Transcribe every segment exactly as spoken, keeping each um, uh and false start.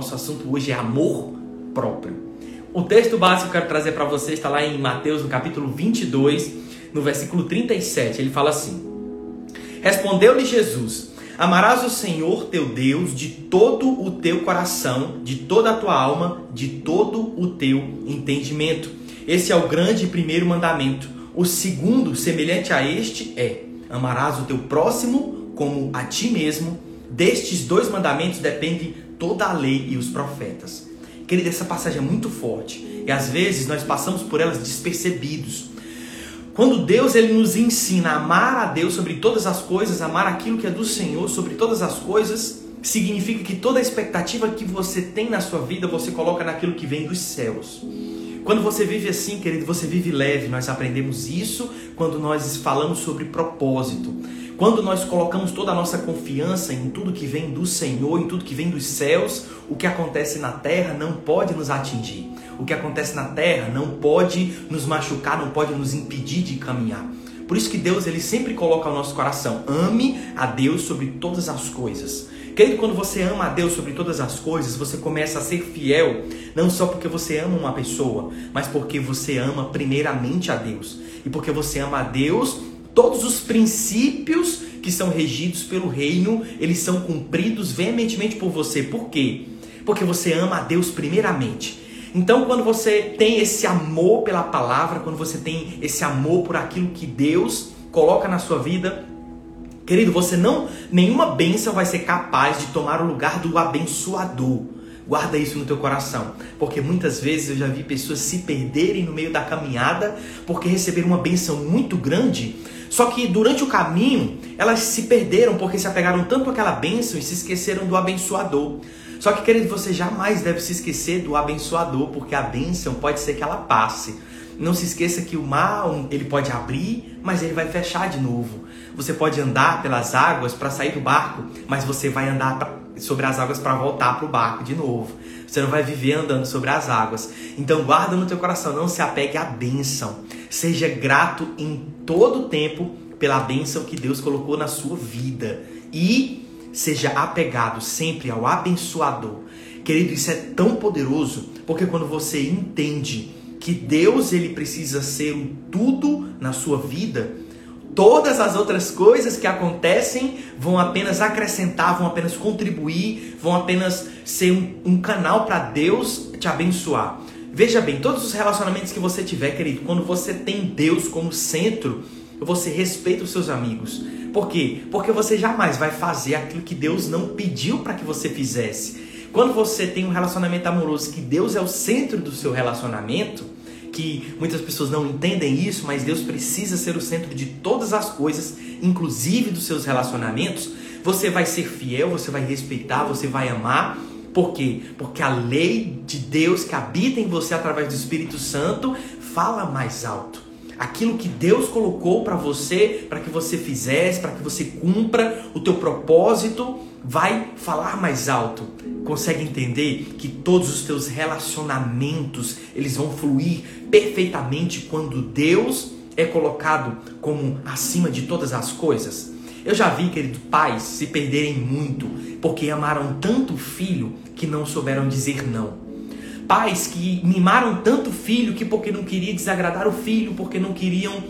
nosso assunto hoje é amor próprio. O texto básico que eu quero trazer para você está lá em Mateus, no capítulo vinte e dois, no versículo trinta e sete. Ele fala assim: respondeu-lhe Jesus: amarás o Senhor teu Deus de todo o teu coração, de toda a tua alma, de todo o teu entendimento. Esse é o grande e primeiro mandamento. O segundo, semelhante a este, é: amarás o teu próximo como a ti mesmo. Destes dois mandamentos depende toda a lei e os profetas. Querida, essa passagem é muito forte e às vezes nós passamos por elas despercebidos. Quando Deus ele nos ensina a amar a Deus sobre todas as coisas, amar aquilo que é do Senhor sobre todas as coisas, significa que toda a expectativa que você tem na sua vida, você coloca naquilo que vem dos céus. Quando você vive assim, querido, você vive leve. Nós aprendemos isso quando nós falamos sobre propósito. Quando nós colocamos toda a nossa confiança em tudo que vem do Senhor, em tudo que vem dos céus, o que acontece na terra não pode nos atingir. O que acontece na terra não pode nos machucar, não pode nos impedir de caminhar. Por isso que Deus ele sempre coloca ao nosso coração: ame a Deus sobre todas as coisas. Querido, quando você ama a Deus sobre todas as coisas, você começa a ser fiel, não só porque você ama uma pessoa, mas porque você ama primeiramente a Deus. E porque você ama a Deus, todos os princípios que são regidos pelo reino, eles são cumpridos veementemente por você. Por quê? Porque você ama a Deus primeiramente. Então, quando você tem esse amor pela palavra, quando você tem esse amor por aquilo que Deus coloca na sua vida, querido, você não, nenhuma bênção vai ser capaz de tomar o lugar do abençoador. Guarda isso no teu coração, porque muitas vezes eu já vi pessoas se perderem no meio da caminhada porque receberam uma bênção muito grande, só que durante o caminho elas se perderam porque se apegaram tanto àquela bênção e se esqueceram do abençoador. Só que, querido, você jamais deve se esquecer do abençoador, porque a bênção pode ser que ela passe. Não se esqueça que o mar, ele pode abrir, mas ele vai fechar de novo. Você pode andar pelas águas para sair do barco, mas você vai andar pra, sobre as águas para voltar para o barco de novo. Você não vai viver andando sobre as águas. Então guarda no teu coração, não se apegue à bênção. Seja grato em todo o tempo pela bênção que Deus colocou na sua vida. E seja apegado sempre ao abençoador. Querido, isso é tão poderoso, porque quando você entende que Deus ele precisa ser um tudo na sua vida, todas as outras coisas que acontecem vão apenas acrescentar, vão apenas contribuir, vão apenas ser um, um canal para Deus te abençoar. Veja bem, todos os relacionamentos que você tiver, querido, quando você tem Deus como centro, você respeita os seus amigos. Por quê? Porque você jamais vai fazer aquilo que Deus não pediu para que você fizesse. Quando você tem um relacionamento amoroso, que Deus é o centro do seu relacionamento, que muitas pessoas não entendem isso, mas Deus precisa ser o centro de todas as coisas, inclusive dos seus relacionamentos, você vai ser fiel, você vai respeitar, você vai amar. Por quê? Porque a lei de Deus que habita em você através do Espírito Santo fala mais alto. Aquilo que Deus colocou para você, para que você fizesse, para que você cumpra o teu propósito, vai falar mais alto. Consegue entender que todos os teus relacionamentos, eles vão fluir perfeitamente quando Deus é colocado como acima de todas as coisas? Eu já vi, querido, pais se perderem muito porque amaram tanto o filho que não souberam dizer não. Pais que mimaram tanto o filho que porque não queriam desagradar o filho, porque não queriam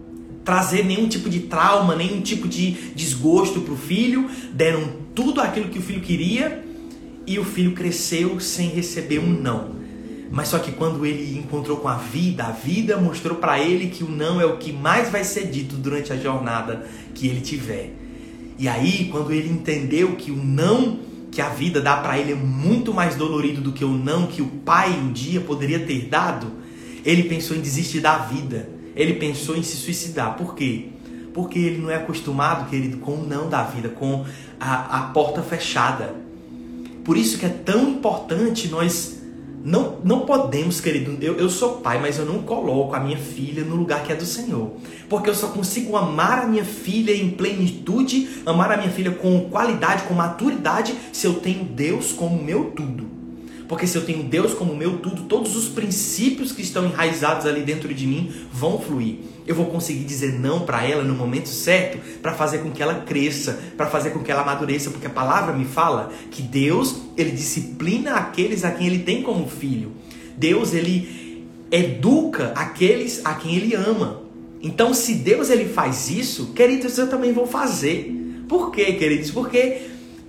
trazer nenhum tipo de trauma, nenhum tipo de desgosto para o filho, deram tudo aquilo que o filho queria e o filho cresceu sem receber um não. Mas só que quando ele encontrou com a vida, a vida mostrou para ele que o não é o que mais vai ser dito durante a jornada que ele tiver. E aí, quando ele entendeu que o não que a vida dá para ele é muito mais dolorido do que o não que o pai um dia poderia ter dado, ele pensou em desistir da vida. Ele pensou em se suicidar. Por quê? Porque ele não é acostumado, querido, com o não da vida, com a, a porta fechada. Por isso que é tão importante nós... Não, não podemos, querido, eu, eu sou pai, mas eu não coloco a minha filha no lugar que é do Senhor. Porque eu só consigo amar a minha filha em plenitude, amar a minha filha com qualidade, com maturidade, se eu tenho Deus como meu tudo. Porque se eu tenho Deus como meu tudo, todos os princípios que estão enraizados ali dentro de mim vão fluir. Eu vou conseguir dizer não para ela no momento certo, para fazer com que ela cresça, para fazer com que ela amadureça, porque a palavra me fala que Deus, ele disciplina aqueles a quem ele tem como filho. Deus, ele educa aqueles a quem ele ama. Então, se Deus ele faz isso, queridos, eu também vou fazer. Por quê, queridos? Porque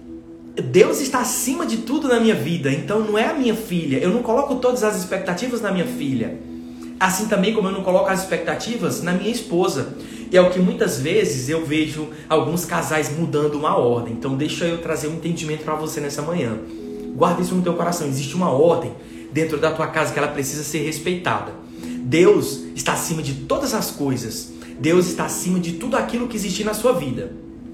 Deus está acima de tudo na minha vida. Então, não é a minha filha. Eu não coloco todas as expectativas na minha filha. Assim também como eu não coloco as expectativas na minha esposa. E é o que muitas vezes eu vejo alguns casais mudando uma ordem. Então, deixa eu trazer um entendimento para você nessa manhã. Guarda isso no teu coração. Existe uma ordem dentro da tua casa que ela precisa ser respeitada. Deus está acima de todas as coisas. Deus está acima de tudo aquilo que existe na sua vida.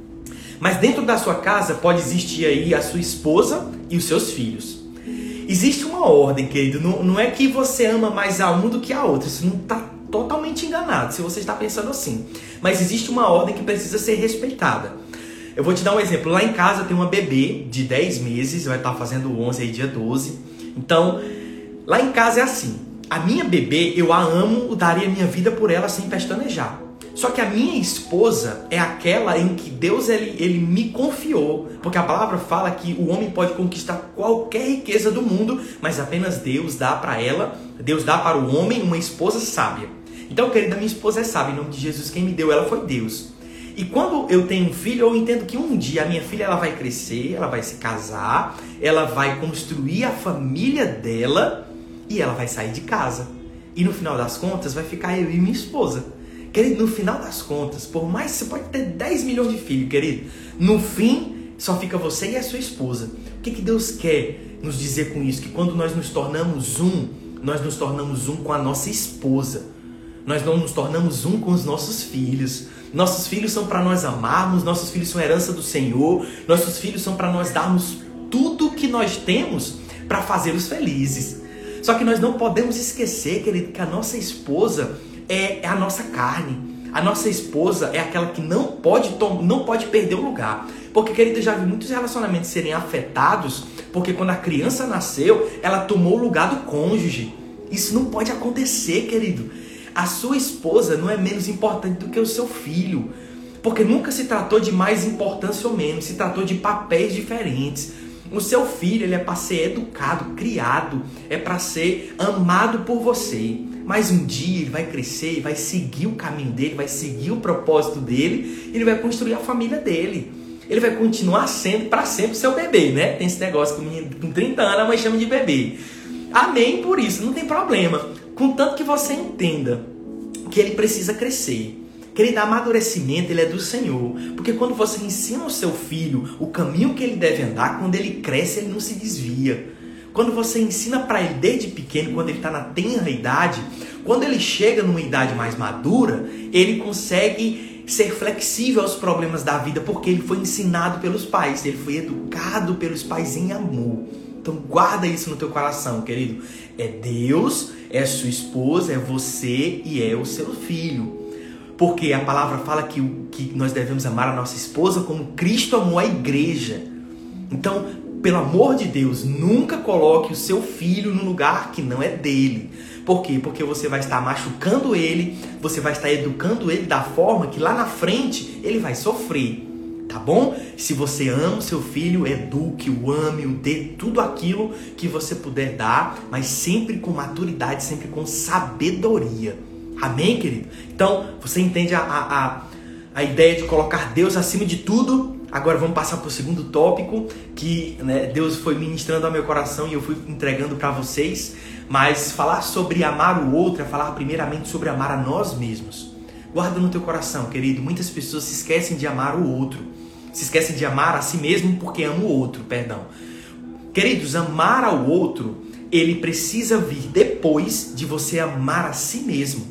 Mas dentro da sua casa pode existir aí a sua esposa e os seus filhos. Existe uma ordem, querido. Não, não é que você ama mais a um do que a outra. Isso não está totalmente enganado, se você está pensando assim. Mas existe uma ordem que precisa ser respeitada. Eu vou te dar um exemplo. Lá em casa tem uma bebê de dez meses. Vai estar fazendo onze aí, dia doze. Então, lá em casa é assim. A minha bebê, eu a amo, daria minha vida por ela sem pestanejar. Só que a minha esposa é aquela em que Deus ele, ele me confiou. Porque a palavra fala que o homem pode conquistar qualquer riqueza do mundo, mas apenas Deus dá para ela, Deus dá para o homem uma esposa sábia. Então, querida, minha esposa é sábia. Em nome de Jesus, quem me deu ela foi Deus. E quando eu tenho um filho, eu entendo que um dia a minha filha ela vai crescer, ela vai se casar, ela vai construir a família dela e ela vai sair de casa. E no final das contas vai ficar eu e minha esposa. Querido, no final das contas, por mais que você pode ter dez milhões de filhos, querido, no fim só fica você e a sua esposa. O que, que Deus quer nos dizer com isso? Que quando nós nos tornamos um, nós nos tornamos um com a nossa esposa. Nós não nos tornamos um com os nossos filhos. Nossos filhos são para nós amarmos, nossos filhos são herança do Senhor, nossos filhos são para nós darmos tudo que nós temos para fazê-los felizes. Só que nós não podemos esquecer, querido, que a nossa esposa é, é a nossa carne. A nossa esposa é aquela que não pode, não pode perder o lugar. Porque, querido, eu já vi muitos relacionamentos serem afetados porque quando a criança nasceu, ela tomou o lugar do cônjuge. Isso não pode acontecer, querido. A sua esposa não é menos importante do que o seu filho. Porque nunca se tratou de mais importância ou menos, se tratou de papéis diferentes. O seu filho, ele é para ser educado, criado, é para ser amado por você. Mas um dia ele vai crescer, vai seguir o caminho dele, vai seguir o propósito dele, ele vai construir a família dele. Ele vai continuar sendo para sempre seu bebê, né? Tem esse negócio que o menino com trinta anos a mãe chama de bebê. Amém por isso, não tem problema. Contanto que você entenda que ele precisa crescer. Querido, amadurecimento ele é do Senhor. Porque quando você ensina o seu filho o caminho que ele deve andar, quando ele cresce, ele não se desvia. Quando você ensina para ele desde pequeno, quando ele está na tenra idade, quando ele chega numa idade mais madura, ele consegue ser flexível aos problemas da vida, porque ele foi ensinado pelos pais, ele foi educado pelos pais em amor. Então guarda isso no teu coração, querido. É Deus, é a sua esposa, é você e é o seu filho. Porque a palavra fala que, que nós devemos amar a nossa esposa como Cristo amou a igreja. Então, pelo amor de Deus, nunca coloque o seu filho num lugar que não é dele. Por quê? Porque você vai estar machucando ele, você vai estar educando ele da forma que lá na frente ele vai sofrer. Tá bom? Se você ama o seu filho, eduque, o ame, o dê tudo aquilo que você puder dar, mas sempre com maturidade, sempre com sabedoria. Amém, querido? Então, você entende a, a, a, a ideia de colocar Deus acima de tudo? Agora vamos passar para o segundo tópico, que né, Deus foi ministrando ao meu coração e eu fui entregando para vocês. Mas falar sobre amar o outro é falar primeiramente sobre amar a nós mesmos. Guarda no teu coração, querido. Muitas pessoas se esquecem de amar o outro. Se esquecem de amar a si mesmo porque ama o outro, perdão. Queridos, amar ao outro, ele precisa vir depois de você amar a si mesmo.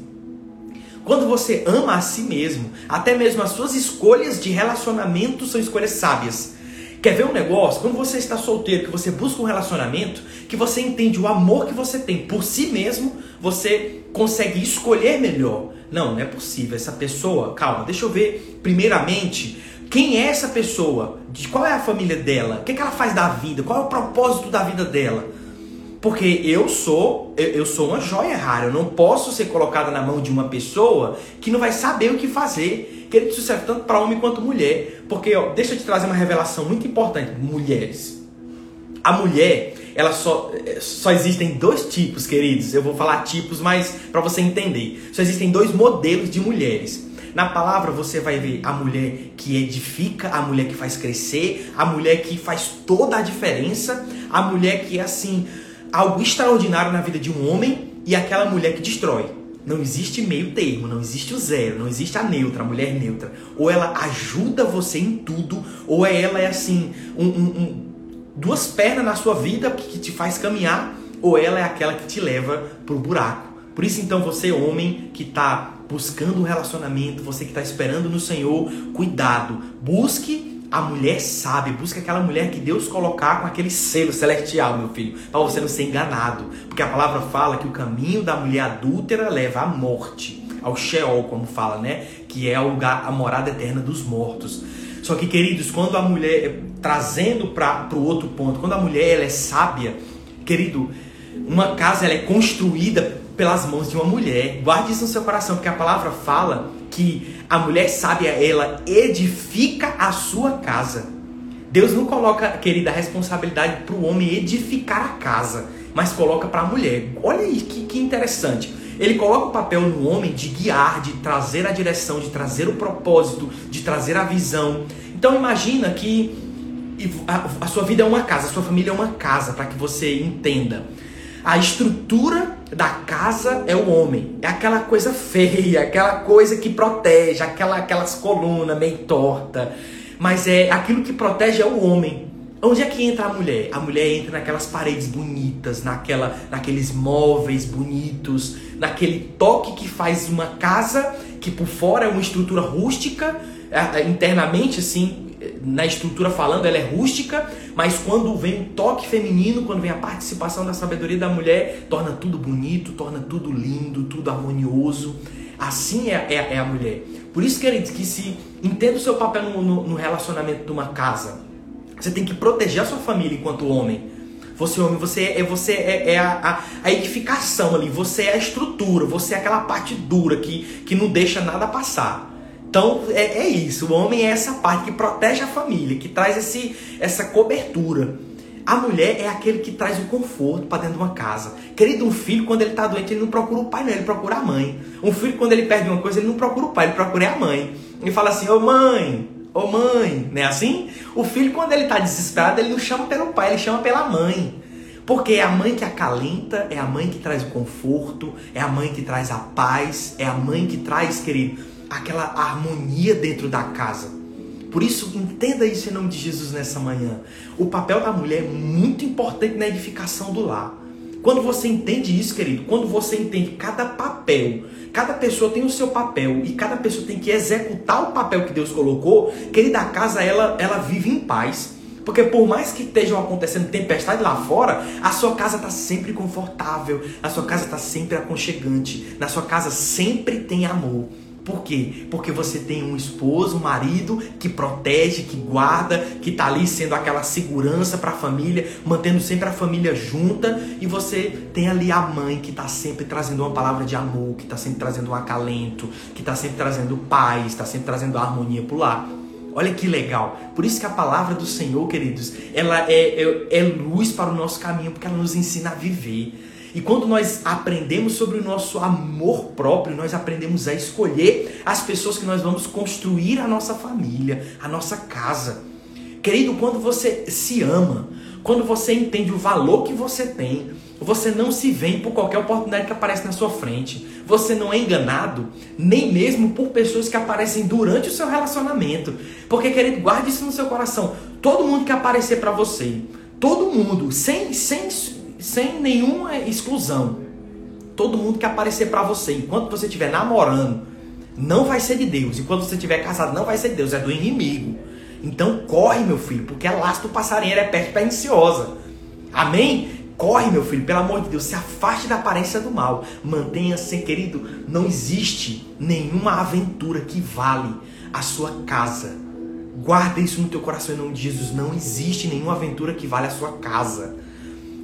Quando você ama a si mesmo, até mesmo as suas escolhas de relacionamento são escolhas sábias. Quer ver um negócio? Quando você está solteiro, que você busca um relacionamento, que você entende o amor que você tem por si mesmo, você consegue escolher melhor. Não, não é possível. Essa pessoa, calma, deixa eu ver primeiramente quem é essa pessoa, de qual é a família dela, o que, é que ela faz da vida, qual é o propósito da vida dela. Porque eu sou, eu, eu sou uma joia rara, eu não posso ser colocada na mão de uma pessoa que não vai saber o que fazer. Querido, isso serve tanto para homem quanto mulher. Porque, ó, deixa eu te trazer uma revelação muito importante, mulheres. A mulher, ela só, só existem dois tipos, queridos. Eu vou falar tipos, mas para você entender. Só existem dois modelos de mulheres. Na palavra você vai ver a mulher que edifica, a mulher que faz crescer, a mulher que faz toda a diferença, a mulher que é assim, algo extraordinário na vida de um homem, e aquela mulher que destrói. Não existe meio termo, não existe o zero, não existe a neutra, a mulher neutra. Ou ela ajuda você em tudo, ou ela é assim, um, um, um, duas pernas na sua vida que te faz caminhar, ou ela é aquela que te leva pro buraco. Por isso então você, homem, que está buscando um relacionamento, você que está esperando no Senhor, cuidado, busque a mulher sábia, busque aquela mulher que Deus colocar com aquele selo celestial, meu filho, para você não ser enganado, porque a palavra fala que o caminho da mulher adúltera leva à morte, ao Sheol, como fala, né, que é o lugar, a morada eterna dos mortos. Só que, queridos, quando a mulher, trazendo para o outro ponto, quando a mulher ela é sábia, querido, uma casa ela é construída pelas mãos de uma mulher. Guarde isso no seu coração, porque a palavra fala que a mulher sábia, ela edifica a sua casa. Deus não coloca, querida, a responsabilidade para o homem edificar a casa, mas coloca para a mulher. Olha aí que, que interessante. Ele coloca o papel no homem de guiar, de trazer a direção, de trazer o propósito, de trazer a visão. Então imagina que a, a sua vida é uma casa, a sua família é uma casa, para que você entenda. A estrutura da casa é o homem. É aquela coisa feia, aquela coisa que protege, aquela, aquelas colunas meio tortas. Mas é aquilo que protege é o homem. Onde é que entra a mulher? A mulher entra naquelas paredes bonitas, naquela, naqueles móveis bonitos, naquele toque que faz uma casa que por fora é uma estrutura rústica, internamente assim, na estrutura falando, ela é rústica, mas quando vem o toque feminino, quando vem a participação da sabedoria da mulher, torna tudo bonito, torna tudo lindo, tudo harmonioso. Assim é, é, é a mulher. Por isso, queridos, que se entenda o seu papel no, no, no relacionamento de uma casa, você tem que proteger a sua família enquanto homem. Você, homem, você é, você é, é a, a, a edificação ali, você é a estrutura, você é aquela parte dura que, que não deixa nada passar. Então é, é isso, o homem é essa parte que protege a família, que traz esse, essa cobertura. A mulher é aquele que traz o conforto para dentro de uma casa. Querido, um filho quando ele está doente ele não procura o pai não, ele procura a mãe. Um filho quando ele perde uma coisa ele não procura o pai, ele procura a mãe. Ele fala assim, ô mãe, ô mãe, não é assim? O filho quando ele está desesperado ele não chama pelo pai, ele chama pela mãe. Porque é a mãe que acalenta, é a mãe que traz o conforto, é a mãe que traz a paz, é a mãe que traz, querido, aquela harmonia dentro da casa. Por isso, entenda isso em nome de Jesus nessa manhã. O papel da mulher é muito importante na edificação do lar. Quando você entende isso, querido, quando você entende cada papel, cada pessoa tem o seu papel e cada pessoa tem que executar o papel que Deus colocou, querida, a casa ela, ela vive em paz. Porque por mais que estejam acontecendo tempestade lá fora, a sua casa está sempre confortável, a sua casa está sempre aconchegante, na sua casa sempre tem amor. Por quê? Porque você tem um esposo, um marido que protege, que guarda, que está ali sendo aquela segurança para a família, mantendo sempre a família junta, e você tem ali a mãe que está sempre trazendo uma palavra de amor, que está sempre trazendo um acalento, que está sempre trazendo paz, está sempre trazendo harmonia para o lar. Olha que legal. Por isso que a palavra do Senhor, queridos, ela é, é, é luz para o nosso caminho, porque ela nos ensina a viver. E quando nós aprendemos sobre o nosso amor próprio, nós aprendemos a escolher as pessoas que nós vamos construir a nossa família, a nossa casa. Querido, quando você se ama, quando você entende o valor que você tem, você não se vende por qualquer oportunidade que aparece na sua frente. Você não é enganado, nem mesmo por pessoas que aparecem durante o seu relacionamento. Porque, querido, guarde isso no seu coração. Todo mundo que aparecer para você, todo mundo, sem... sem sem nenhuma exclusão, todo mundo que aparecer para você enquanto você estiver namorando não vai ser de Deus, enquanto você estiver casado não vai ser de Deus, é do inimigo. Então corre, meu filho, porque a laço do passarinheiro é perto perniciosa. Amém? Corre, meu filho, pelo amor de Deus, se afaste da aparência do mal, mantenha-se, querido. Não existe nenhuma aventura que vale a sua casa. Guarda isso no teu coração em nome de Jesus. Não existe nenhuma aventura que vale a sua casa.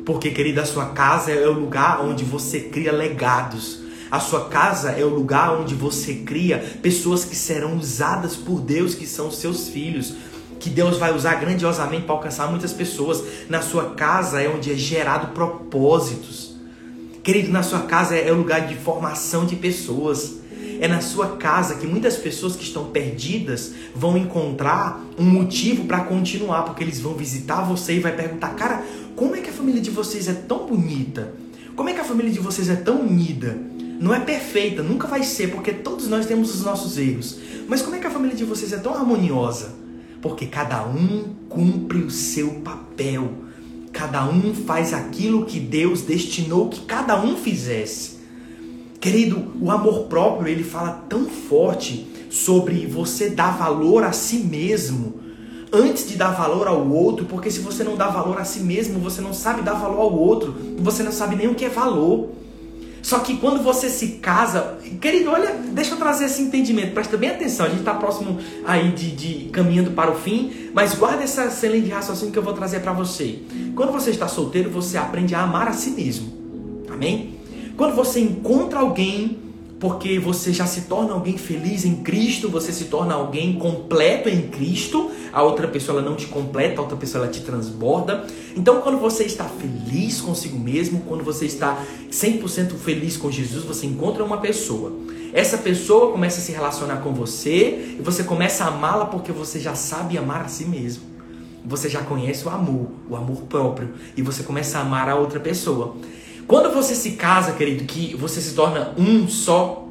Porque, querida, a sua casa é o lugar onde você cria legados. A sua casa é o lugar onde você cria pessoas que serão usadas por Deus, que são os seus filhos, que Deus vai usar grandiosamente para alcançar muitas pessoas. Na sua casa é onde é gerado propósitos. Querido, na sua casa é o lugar de formação de pessoas. É na sua casa que muitas pessoas que estão perdidas vão encontrar um motivo para continuar, porque eles vão visitar você e vai perguntar: cara, como é que a família de vocês é tão bonita? Como é que a família de vocês é tão unida? Não é perfeita, nunca vai ser, porque todos nós temos os nossos erros. Mas como é que a família de vocês é tão harmoniosa? Porque cada um cumpre o seu papel. Cada um faz aquilo que Deus destinou que cada um fizesse. Querido, o amor próprio, ele fala tão forte sobre você dar valor a si mesmo antes de dar valor ao outro, porque se você não dá valor a si mesmo, você não sabe dar valor ao outro, você não sabe nem o que é valor. Só que quando você se casa, querido, olha, deixa eu trazer esse entendimento, presta bem atenção, a gente está próximo aí de, de caminhando para o fim, mas guarda essa cena de raciocínio que eu vou trazer para você. Quando você está solteiro, você aprende a amar a si mesmo, amém? Quando você encontra alguém, porque você já se torna alguém feliz em Cristo, você se torna alguém completo em Cristo, a outra pessoa ela não te completa, a outra pessoa ela te transborda. Então, quando você está feliz consigo mesmo, quando você está cem por cento feliz com Jesus, você encontra uma pessoa. Essa pessoa começa a se relacionar com você e você começa a amá-la porque você já sabe amar a si mesmo. Você já conhece o amor, o amor próprio, e você começa a amar a outra pessoa. Quando você se casa, querido, que você se torna um só,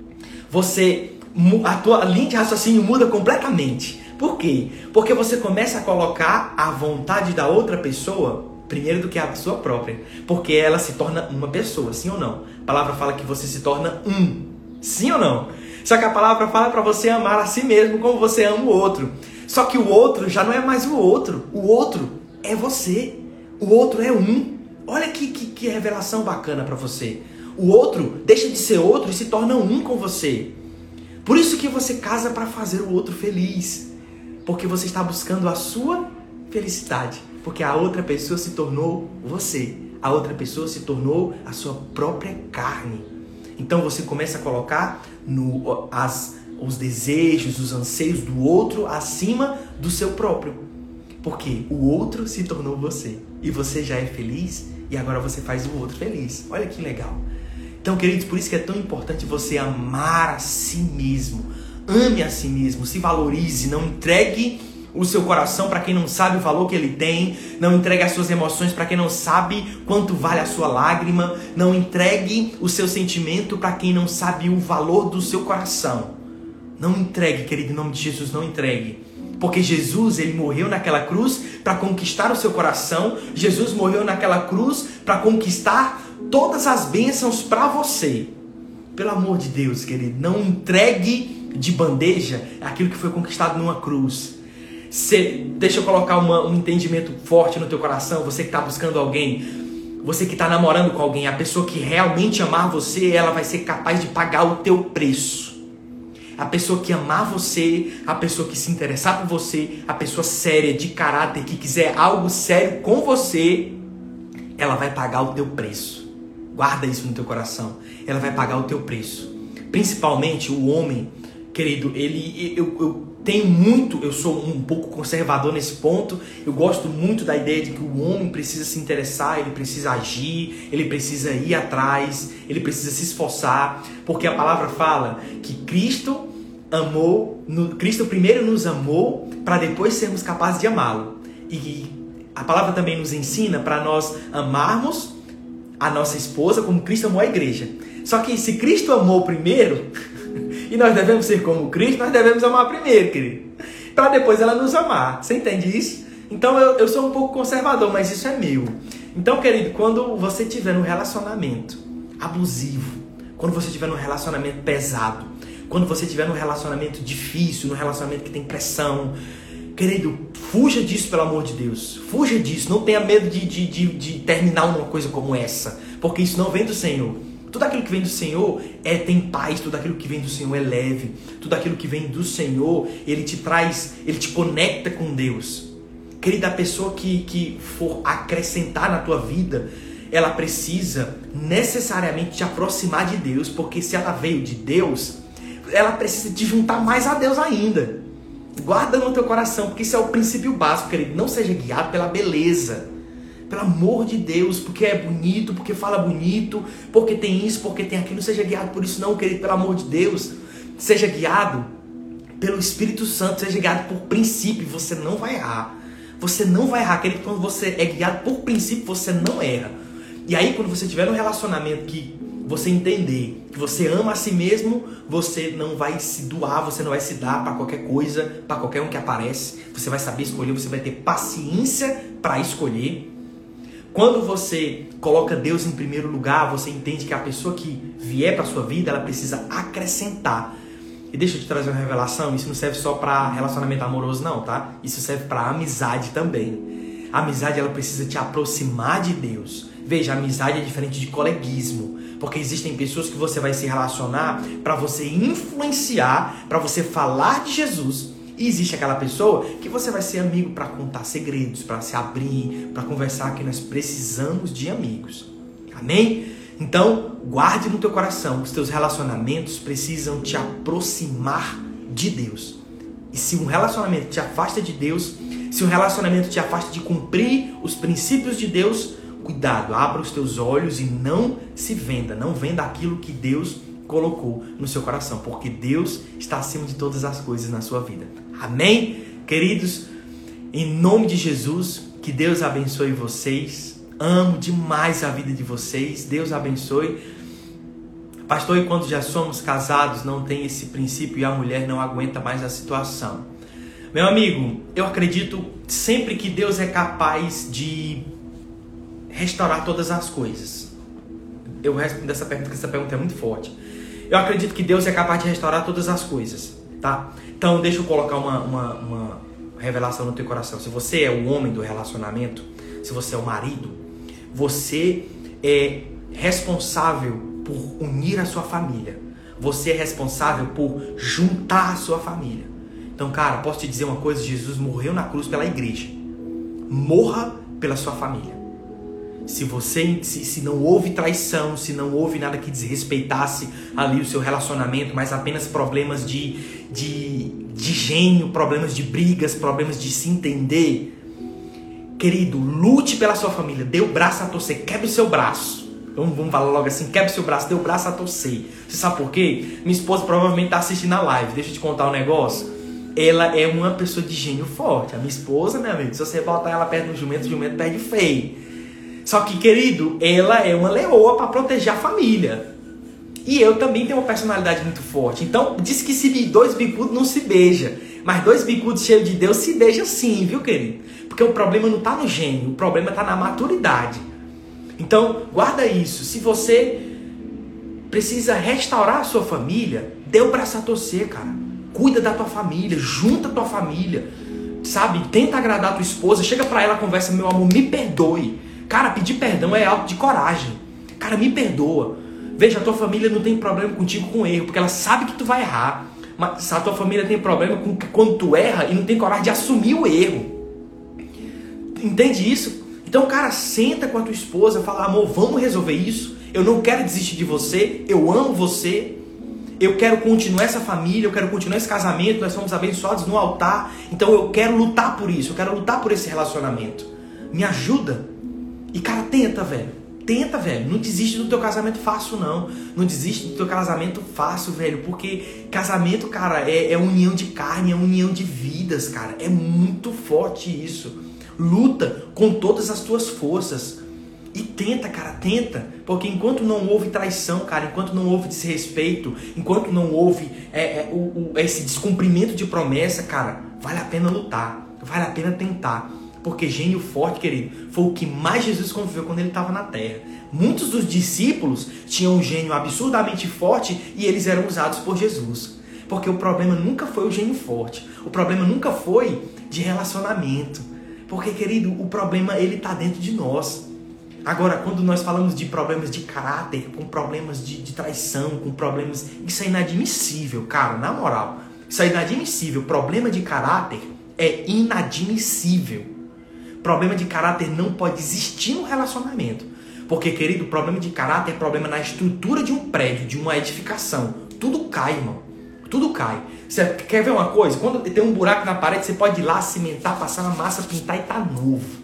você, a tua linha de raciocínio muda completamente. Por quê? Porque você começa a colocar a vontade da outra pessoa primeiro do que a sua própria. Porque ela se torna uma pessoa, sim ou não? A palavra fala que você se torna um, sim ou não? Só que a palavra fala para você amar a si mesmo como você ama o outro. Só que o outro já não é mais o outro. O outro é você. O outro é um. Olha que, que, que revelação bacana para você. O outro deixa de ser outro e se torna um com você. Por isso que você casa para fazer o outro feliz. Porque você está buscando a sua felicidade. Porque a outra pessoa se tornou você. A outra pessoa se tornou a sua própria carne. Então você começa a colocar no, as, os desejos, os anseios do outro acima do seu próprio. Porque o outro se tornou você. E você já é feliz e agora você faz o outro feliz. Olha que legal. Então, queridos, por isso que é tão importante você amar a si mesmo. Ame a si mesmo, se valorize, não entregue o seu coração para quem não sabe o valor que ele tem, não entregue as suas emoções para quem não sabe quanto vale a sua lágrima, não entregue o seu sentimento para quem não sabe o valor do seu coração. Não entregue, querido, em nome de Jesus, não entregue. Porque Jesus, ele morreu naquela cruz para conquistar o seu coração. Jesus morreu naquela cruz para conquistar todas as bênçãos para você. Pelo amor de Deus, querido, não entregue de bandeja aquilo que foi conquistado numa cruz. Se, deixa eu colocar uma, um entendimento forte no teu coração. Você que está buscando alguém, você que está namorando com alguém, a pessoa que realmente amar você, ela vai ser capaz de pagar o teu preço. A pessoa que amar você, a pessoa que se interessar por você, a pessoa séria, de caráter, que quiser algo sério com você, ela vai pagar o teu preço. Guarda isso no teu coração. Ela vai pagar o teu preço. Principalmente o homem, querido, ele, eu, eu tenho muito, eu sou um pouco conservador nesse ponto. Eu gosto muito da ideia de que o homem precisa se interessar, ele precisa agir, ele precisa ir atrás, ele precisa se esforçar, porque a palavra fala que Cristo amou, no, Cristo primeiro nos amou para depois sermos capazes de amá-lo. E a palavra também nos ensina para nós amarmos a nossa esposa como Cristo amou a igreja. Só que se Cristo amou primeiro, e nós devemos ser como Cristo, nós devemos amar primeiro, querido, para depois ela nos amar. Você entende isso? Então eu, eu sou um pouco conservador, mas isso é meu. Então, querido, quando você estiver num relacionamento abusivo, quando você estiver num relacionamento pesado, quando você estiver num relacionamento difícil, num relacionamento que tem pressão, querido, fuja disso, pelo amor de Deus. Fuja disso. Não tenha medo de, de, de, de terminar uma coisa como essa, porque isso não vem do Senhor. Tudo aquilo que vem do Senhor é, tem paz, tudo aquilo que vem do Senhor é leve, tudo aquilo que vem do Senhor, ele te traz, ele te conecta com Deus. Querida, a pessoa que, que for acrescentar na tua vida, ela precisa necessariamente te aproximar de Deus, porque se ela veio de Deus, ela precisa te juntar mais a Deus ainda. Guarda no teu coração, porque isso é o princípio básico, querido. Não seja guiado pela beleza, pelo amor de Deus, porque é bonito, porque fala bonito, porque tem isso, porque tem aquilo. Não seja guiado por isso não, querido, pelo amor de Deus. Seja guiado pelo Espírito Santo, seja guiado por princípio, você não vai errar. Você não vai errar, querido. Quando você é guiado por princípio, você não erra. E aí, quando você tiver um relacionamento que você entender que você ama a si mesmo, você não vai se doar, você não vai se dar para qualquer coisa, para qualquer um que aparece. Você vai saber escolher, você vai ter paciência para escolher. Quando você coloca Deus em primeiro lugar, você entende que a pessoa que vier para sua vida, ela precisa acrescentar. E deixa eu te trazer uma revelação, isso não serve só para relacionamento amoroso não, tá? Isso serve para amizade também. A amizade, ela precisa te aproximar de Deus. Veja, a amizade é diferente de coleguismo, porque existem pessoas que você vai se relacionar para você influenciar, para você falar de Jesus. E existe aquela pessoa que você vai ser amigo para contar segredos, para se abrir, para conversar, que nós precisamos de amigos. Amém? Então, guarde no teu coração, os teus relacionamentos precisam te aproximar de Deus. E se um relacionamento te afasta de Deus, se um relacionamento te afasta de cumprir os princípios de Deus, cuidado, abra os teus olhos e não se venda, não venda aquilo que Deus colocou no seu coração, porque Deus está acima de todas as coisas na sua vida. Amém? Queridos, em nome de Jesus, que Deus abençoe vocês. Amo demais a vida de vocês. Deus abençoe. Pastor, e quando já somos casados, não tem esse princípio e a mulher não aguenta mais a situação. Meu amigo, eu acredito sempre que Deus é capaz de restaurar todas as coisas. Eu respondo essa pergunta, porque essa pergunta é muito forte. Eu acredito que Deus é capaz de restaurar todas as coisas, tá? Então, deixa eu colocar uma, uma, uma revelação no teu coração. Se você é o homem do relacionamento, se você é o marido, você é responsável por unir a sua família. Você é responsável por juntar a sua família. Então, cara, posso te dizer uma coisa? Jesus morreu na cruz pela igreja. Morra pela sua família. Se você se, se não houve traição, se não houve nada que desrespeitasse ali o seu relacionamento, mas apenas problemas de, de, de gênio, problemas de brigas, problemas de se entender, querido, lute pela sua família, dê o braço a torcer, quebre o seu braço. Vamos, vamos falar logo assim, quebre o seu braço, dê o braço a torcer. Você sabe por quê? Minha esposa provavelmente está assistindo a live. Deixa eu te contar um negócio. Ela é uma pessoa de gênio forte. A minha esposa, meu amigo, se você botar ela perto do jumento, o jumento perde feio. Só que, querido, ela é uma leoa para proteger a família. E eu também tenho uma personalidade muito forte. Então, diz que se dois bicudos não se beijam. Mas dois bicudos cheios de Deus se beijam sim, viu, querido? Porque o problema não está no gênio, o problema está na maturidade. Então, guarda isso. Se você precisa restaurar a sua família, dê o braço a torcer, cara. Cuida da tua família, junta a tua família. Sabe? Tenta agradar a tua esposa. Chega pra ela, conversa, meu amor, me perdoe. Cara, pedir perdão é algo de coragem. Cara, me perdoa. Veja, a tua família não tem problema contigo com erro, porque ela sabe que tu vai errar. Mas a tua família tem problema com quando tu erra e não tem coragem de assumir o erro. Entende isso? Então, cara, senta com a tua esposa, fala, amor, vamos resolver isso. Eu não quero desistir de você, eu amo você. Eu quero continuar essa família, eu quero continuar esse casamento, nós somos abençoados no altar. Então eu quero lutar por isso, eu quero lutar por esse relacionamento. Me ajuda. E cara, tenta, velho. Tenta, velho. Não desiste do teu casamento fácil, não. Não desiste do teu casamento fácil, velho. Porque casamento, cara, é, é união de carne, é união de vidas, cara. É muito forte isso. Luta com todas as tuas forças. E tenta, cara, tenta. Porque enquanto não houve traição, cara, enquanto não houve desrespeito, enquanto não houve é, é, o, o, esse descumprimento de promessa, cara, vale a pena lutar. Vale a pena tentar. Porque gênio forte, querido, foi o que mais Jesus conviveu quando ele estava na terra. Muitos dos discípulos tinham um gênio absurdamente forte e eles eram usados por Jesus. Porque o problema nunca foi o gênio forte. O problema nunca foi de relacionamento. Porque, querido, o problema ele está dentro de nós. Agora, quando nós falamos de problemas de caráter, com problemas de, de traição, com problemas... Isso é inadmissível, cara, na moral. Isso é inadmissível. Problema de caráter é inadmissível. Problema de caráter não pode existir no relacionamento. Porque, querido, problema de caráter é problema na estrutura de um prédio, de uma edificação. Tudo cai, irmão. Tudo cai. Você quer ver uma coisa? Quando tem um buraco na parede, você pode ir lá cimentar, passar na massa, pintar e tá novo.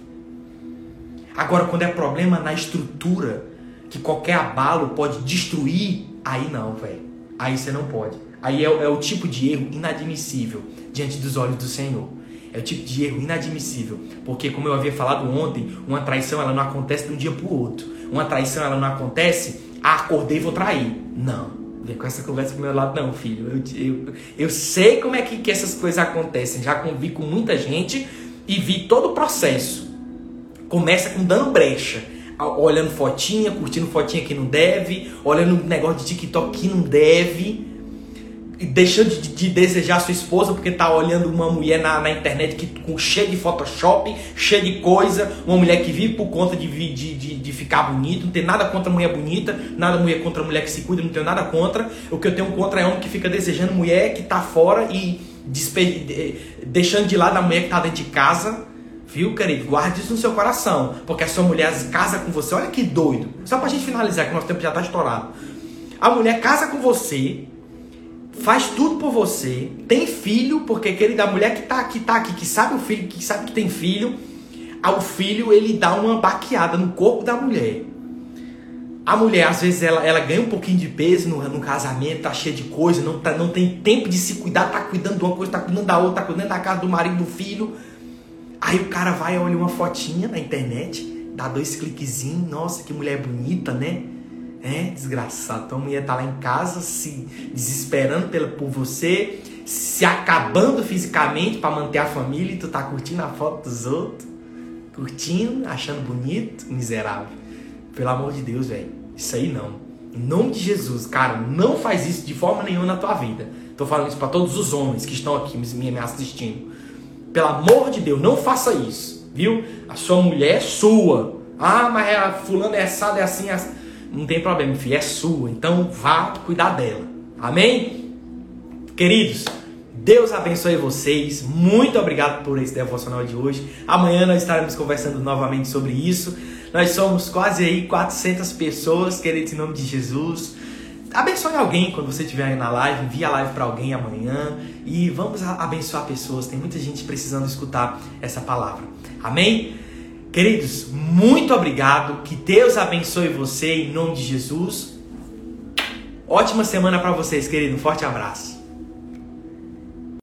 Agora, quando é problema na estrutura, que qualquer abalo pode destruir, aí não, velho. Aí você não pode. Aí é, é o tipo de erro inadmissível diante dos olhos do Senhor. É o tipo de erro inadmissível. Porque, como eu havia falado ontem, uma traição ela não acontece de um dia para o outro. Uma traição ela não acontece, ah, acordei e vou trair. Não. Vem com essa conversa pro meu lado, não, filho. Eu, eu, eu sei como é que, que essas coisas acontecem. Já convivi com muita gente e vi todo o processo. Começa com dando brecha. Olhando fotinha, curtindo fotinha que não deve. Olhando negócio de TikTok que não deve. Deixando de, de desejar sua esposa porque tá olhando uma mulher na, na internet que, com, cheia de Photoshop, cheia de coisa, uma mulher que vive por conta de, de, de, de ficar bonito. Não tem nada contra mulher bonita, nada mulher contra mulher que se cuida, não tenho nada contra. O que eu tenho contra é homem que fica desejando mulher que tá fora e despe... deixando de lado a mulher que tá dentro de casa. Viu, querido? Guarde isso no seu coração, porque a sua mulher casa com você. Olha que doido. Só pra gente finalizar, que o nosso tempo já tá estourado. A mulher casa com você, faz tudo por você, tem filho, porque aquele da mulher que tá aqui, tá aqui, que sabe o filho, que sabe que tem filho, ao filho ele dá uma baqueada no corpo da mulher. A mulher, às vezes, ela, ela ganha um pouquinho de peso no, no casamento, tá cheia de coisa, não, tá, não tem tempo de se cuidar, tá cuidando de uma coisa, tá cuidando da outra, tá cuidando da casa do marido, do filho. Aí o cara vai, olha uma fotinha na internet, dá dois cliquezinhos, nossa, que mulher bonita, né? É, desgraçado. Tua mulher tá lá em casa, se desesperando pela, por você, se acabando fisicamente pra manter a família e tu tá curtindo a foto dos outros, curtindo, achando bonito, miserável. Pelo amor de Deus, velho. Isso aí não. Em nome de Jesus, cara, não faz isso de forma nenhuma na tua vida. Tô falando isso pra todos os homens que estão aqui me assistindo. Pelo amor de Deus, não faça isso, viu? A sua mulher é sua. Ah, mas a fulana é assada, é assim, é assim. Não tem problema, filho, é sua. Então vá cuidar dela. Amém? Queridos, Deus abençoe vocês. Muito obrigado por esse devocional de hoje. Amanhã nós estaremos conversando novamente sobre isso. Nós somos quase aí quatrocentas pessoas, queridos, em nome de Jesus. Abençoe alguém quando você estiver aí na live. Envie a live para alguém amanhã. E vamos abençoar pessoas. Tem muita gente precisando escutar essa palavra. Amém? Queridos, muito obrigado. Que Deus abençoe você em nome de Jesus. Ótima semana para vocês, querido. Um forte abraço.